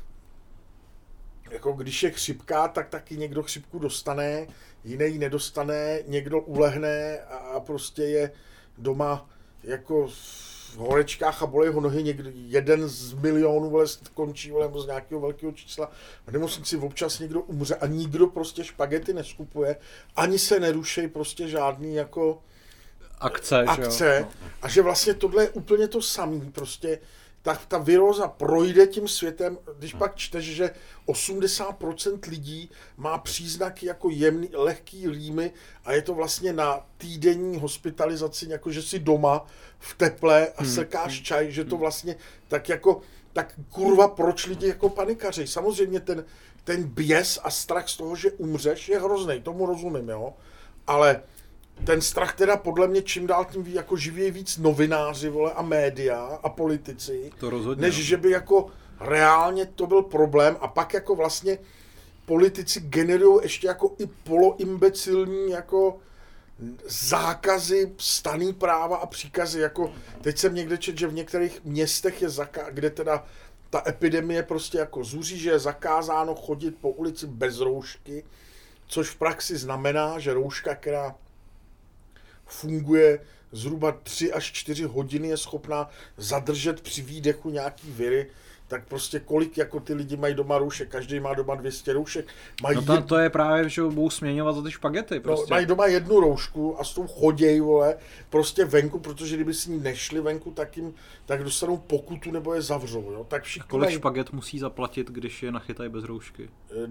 když je chřipka, tak taky někdo chřipku dostane, jiný nedostane, někdo ulehne a prostě je doma jako v horečkách a bolej ho nohy, někdo, jeden z milionů končí z nějakého velkého čísla. V nemocnici občas někdo umře a nikdo prostě špagety neskupuje, ani se nerušej prostě žádný jako akce. Že a že vlastně tohle je úplně to samý, prostě ta viróza projde tím světem, když pak čteš, že 80% lidí má příznaky jako lehký rýmy a je to vlastně na týdenní hospitalizaci, jako že si doma v teple a sekáš čaj, že to vlastně tak kurva, proč lidi jako panikaři. Samozřejmě ten běs a strach z toho, že umřeš, je hrozný, tomu rozumím, jo, ale ten strach teda podle mě čím dál tím jako živějí víc novináři, vole, a média a politici, to rozhodně, než že by jako reálně to byl problém a pak jako vlastně politici generují ještě jako i poloimbecilní jako zákazy, stanný práva a příkazy, jako teď jsem někde četl, že v některých městech je kde teda ta epidemie prostě jako zuří, že je zakázáno chodit po ulici bez roušky, což v praxi znamená, že rouška, která funguje zhruba 3 až 4 hodiny je schopná zadržet při výdechu nějaký viry, tak prostě kolik jako ty lidi mají doma roušek, každý má doma 200 roušek. No to je právě, že budou směňovat za ty špagety. Prostě. No, mají doma jednu roušku a s tou choděj, vole, prostě venku, protože kdyby si ní nešli venku, tak dostanou pokutu nebo je zavřou. Jo? Tak a kolik špaget musí zaplatit, když je nachytají bez roušky?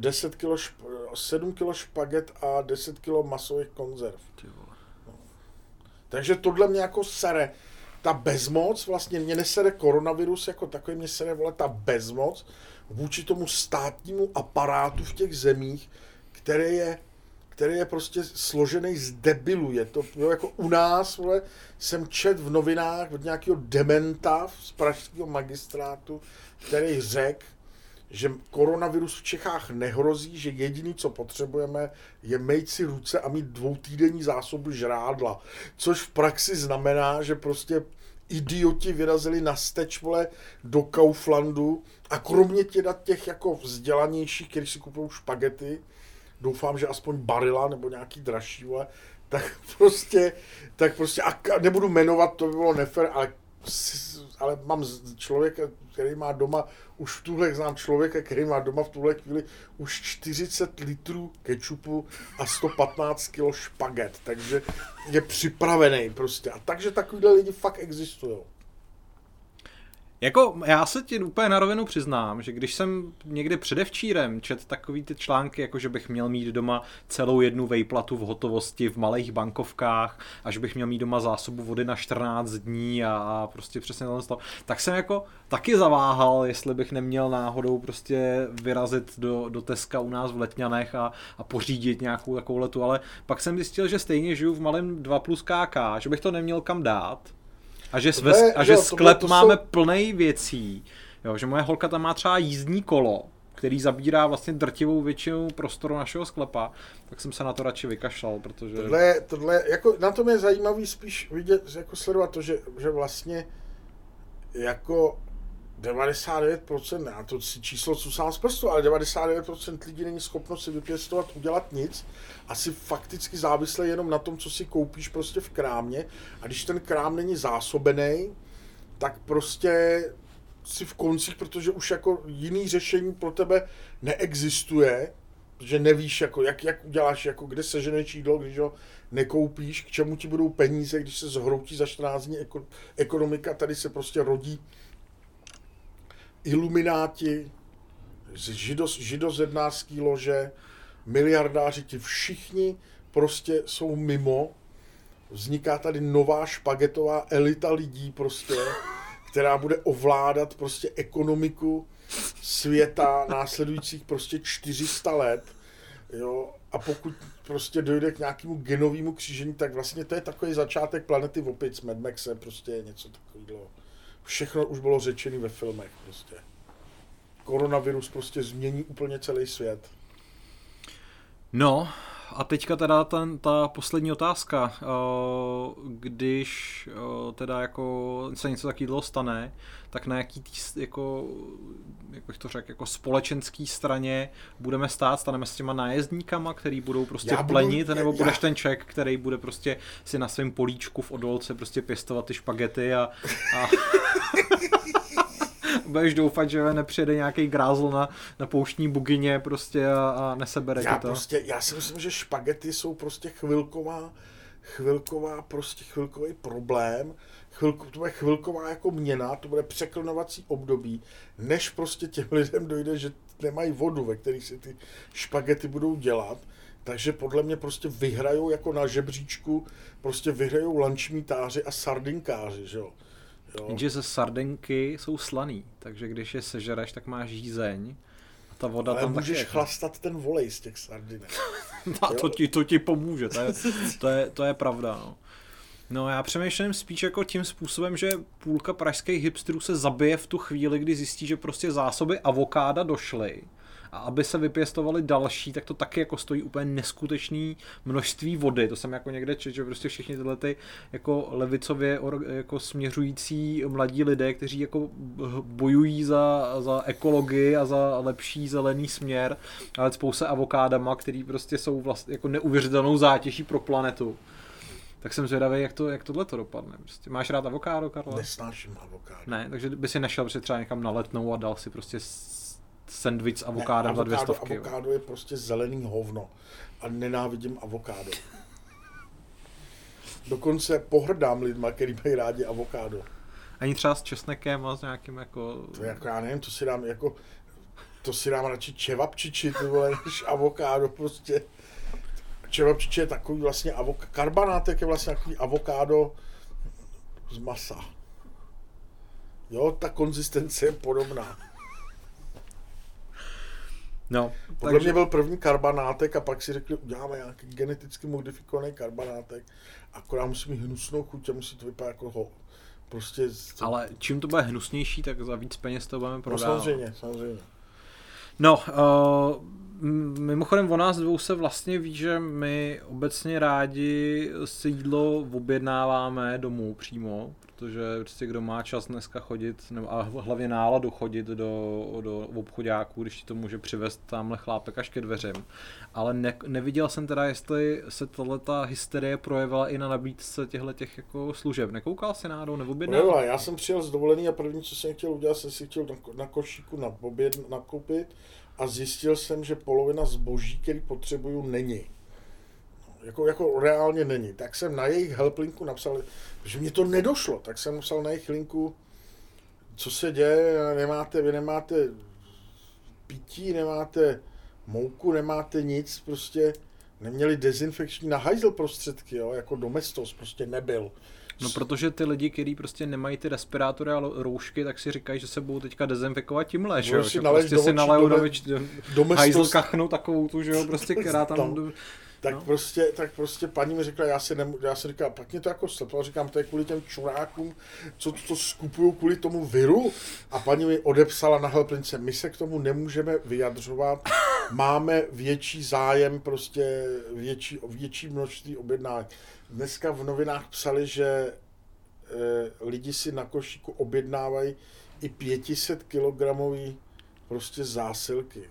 7 kg špaget a 10 kg masových konzerv. No. Takže tohle mě jako sere. Ta bezmoc, vlastně mě nesere koronavirus jako takový, mě sere, vole, ta bezmoc vůči tomu státnímu aparátu v těch zemích, který je prostě složený z debilů. Je to, jo, jako u nás, vole, jsem čet v novinách od nějakého dementa z pražského magistrátu, který řekl, že koronavirus v Čechách nehrozí, že jediný, co potřebujeme, je mejt si ruce a mít 2týdenní zásobu žrádla. Což v praxi znamená, že prostě idioti vyrazili na steč, vole, do Kauflandu a kromě těch jako vzdělanějších, kteří si kupují špagety, doufám, že aspoň Barilla nebo nějaký dražší, vole, tak prostě a nebudu jmenovat, to by bylo nefér, ale mám člověka, který má doma znám člověka, který má doma v tuhle chvíli už 40 litrů kečupu a 115 kg špaget, takže je připravený prostě. A takže takovýhle lidi fakt existují. Jako, já se ti úplně na rovinu přiznám, že když jsem někdy předevčírem čet takový ty články, jako že bych měl mít doma celou jednu vejplatu v hotovosti v malých bankovkách a že bych měl mít doma zásobu vody na 14 dní a prostě přesně to, tak jsem jako taky zaváhal, jestli bych neměl náhodou prostě vyrazit do Teska u nás v Letňanech a pořídit nějakou takovou letu, ale pak jsem zjistil, že stejně žiju v malém 2+KK, že bych to neměl kam dát. A že sklep máme plnej věcí, jo, že moje holka tam má třeba jízdní kolo, který zabírá vlastně drtivou většinu prostoru našeho sklepa, tak jsem se na to radši vykašlal, protože... Tohle jako na tom je zajímavý spíš vidět, jako sledovat to, že vlastně jako 99%, a to si číslo co sám z prstu, ale 99% lidí není schopno si vypěstovat, udělat nic, asi fakticky závislé jenom na tom, co si koupíš prostě v krámě, a když ten krám není zásobený, tak prostě si v koncích, protože už jako jiný řešení pro tebe neexistuje, že nevíš, jako, jak uděláš, jako, kde seženeš jídlo, když ho nekoupíš, k čemu ti budou peníze, když se zhroutí za 14 dní ekonomika, tady se prostě rodí ilumináti, židozednářský lože, miliardáři, ti všichni prostě jsou mimo. Vzniká tady nová špagetová elita lidí prostě, která bude ovládat prostě ekonomiku světa následujících prostě 400 let. Jo? A pokud prostě dojde k nějakému genovému křížení, tak vlastně to je takový začátek planety opic, Mad Maxe, prostě něco takového. Všechno už bylo řečené ve filmech prostě. Koronavirus prostě změní úplně celý svět. No, a teďka teda ta poslední otázka. Když teda jako se něco takového stane, tak na jaký jako bych to řekl, jako společenský straně budeme stát? Staneme s těma nájezdníkama, který budou prostě plenit, nebo budeš ten člověk, který bude prostě si na svém políčku v odolce prostě pěstovat ty špagety a budeš doufat, že nepřijede nějaký grázl na pouštní bugyně prostě a nesebere ti to. Já si myslím, že špagety jsou prostě chvilkový problém. To bude chvilková jako měna, to bude překlenovací období, než prostě těm lidem dojde, že nemají vodu, ve kterých si ty špagety budou dělat. Takže podle mě prostě vyhrajou jako na žebříčku, prostě vyhrajou lančmítáři a sardinkáři, že jo. Jenže ze sardinky jsou slaný, takže když je sežereš, tak máš žízeň a ta voda ale tam můžeš taky chlastat ten volej z těch sardinek. A to ti pomůže, to je pravda. No. No já přemýšlím spíš jako tím způsobem, že půlka pražských hipsterů se zabije v tu chvíli, kdy zjistí, že prostě zásoby avokáda došly. A aby se vypěstovali další, tak to taky jako stojí úplně neskutečné množství vody. To jsem jako někde četl, že prostě všichni tyhle ty jako levicově jako směřující mladí lidé, kteří jako bojují za ekologii a za lepší zelený směr, ale spousta avokádama, který prostě jsou vlastně jako neuvěřitelnou zátěží pro planetu. Tak jsem zvědavý, jak tohle to dopadne. Prostě máš rád avokádo, Karla? Nesnáším avokádo. Ne, takže by si nešel třeba někam na Letnou a dal si prostě sendvič s avokádem za 200. Avokádo je prostě zelený hovno a nenávidím avokádo. Dokonce pohrdám lidma, kteří mají rádi avokádo. Ani třeba s česnekem a s nějakým jako... To jako, já nevím, to si dám radši čevapčiči, ty vole, než avokádo prostě. Čevapčiči je takový vlastně karbanátek je vlastně takový avokádo z masa. Jo, ta konzistence je podobná. No, podle mě byl první karbanátek a pak si řekli, uděláme nějaký geneticky modifikovaný karbanátek, akorát musí mít hnusnou chuť a musí to vypadat jako prostě... Ale čím to bude hnusnější, tak za víc peněz to budeme prodávat. No, samozřejmě. No, mimochodem o nás dvou se vlastně ví, že my obecně rádi si jídlo objednáváme domů přímo, protože prostě kdo má čas dneska chodit, a hlavně náladu chodit do obchodáků, když ti to může přivést tamhle chlápek až ke dveřím. Ale neviděl jsem teda, jestli se tato hysterie projevila i na nabídce těch jako služeb. Nekoukal jsi náhodou, neobjednal? Projevila, já jsem přijel z dovolený a první, co jsem chtěl udělat, jsem si chtěl na košíku nakoupit a zjistil jsem, že polovina zboží, který potřebuju, není. Jako reálně není. Tak jsem na jejich helplinku napsal, že mě to nedošlo, tak jsem napsal na jejich linku, co se děje, vy nemáte pití, nemáte mouku, nemáte nic, prostě neměli dezinfekční na hajzl prostředky, jo, jako Domestos prostě nebyl. No protože ty lidi, kteří prostě nemají ty respirátory a roušky, tak si říkají, že se budou teďka dezinfikovat tímhle, že jo? Že prostě si nalejou do hajzl kachnu takovou tu, že jo, prostě, která tam... Tak prostě paní mi řekla, já si říkala, pak mě to jako sleplo, říkám, to je kvůli těm čurákům, co to skupují kvůli tomu viru, a paní mi odepsala na helplince, my se k tomu nemůžeme vyjadřovat, máme větší zájem, prostě větší množství objednání. Dneska v novinách psali, že lidi si na košíku objednávají i 500 kilogramový prostě zásilky.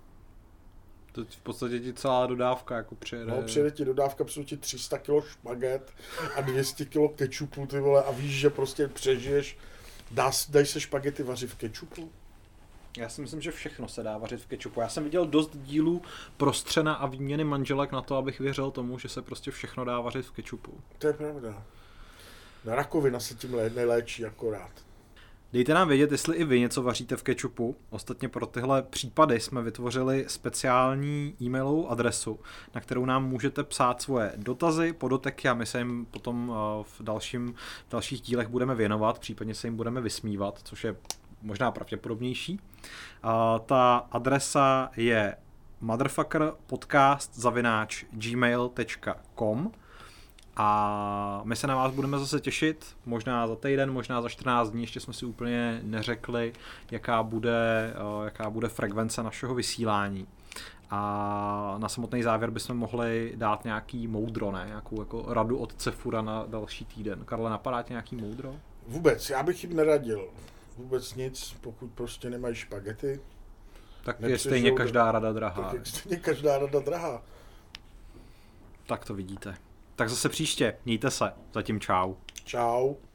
To v podstatě ti celá dodávka jako přijede. No, přijede ti dodávka, přijde ti 300 kg špaget a 200 kg kečupu, ty vole, a víš, že prostě přežiješ. Dají se špagety vařit v kečupu? Já si myslím, že všechno se dá vařit v kečupu. Já jsem viděl dost dílů prostřena a výměny manželek na to, abych věřil tomu, že se prostě všechno dá vařit v kečupu. To je pravda. Rakovina se tím neléčí akorát. Dejte nám vědět, jestli i vy něco vaříte v kečupu. Ostatně pro tyhle případy jsme vytvořili speciální e-mailovou adresu, na kterou nám můžete psát svoje dotazy, podoteky a my se jim potom v dalších dílech budeme věnovat, případně se jim budeme vysmívat, což je možná pravděpodobnější. Ta adresa je motherfuckerpodcast@gmail.com a my se na vás budeme zase těšit, možná za týden, možná za 14 dní, ještě jsme si úplně neřekli, jaká bude frekvence našeho vysílání. A na samotný závěr bychom mohli dát nějaký moudro, ne? Nějakou jako radu od Cefura na další týden. Karle, napadá tě nějaký moudro? Vůbec, já bych jim neradil. Vůbec nic, pokud prostě nemají špagety. Tak je stejně každá rada drahá. Tak je stejně každá rada drahá. Tak to vidíte. Tak zase příště, mějte se. Zatím čau. Čau.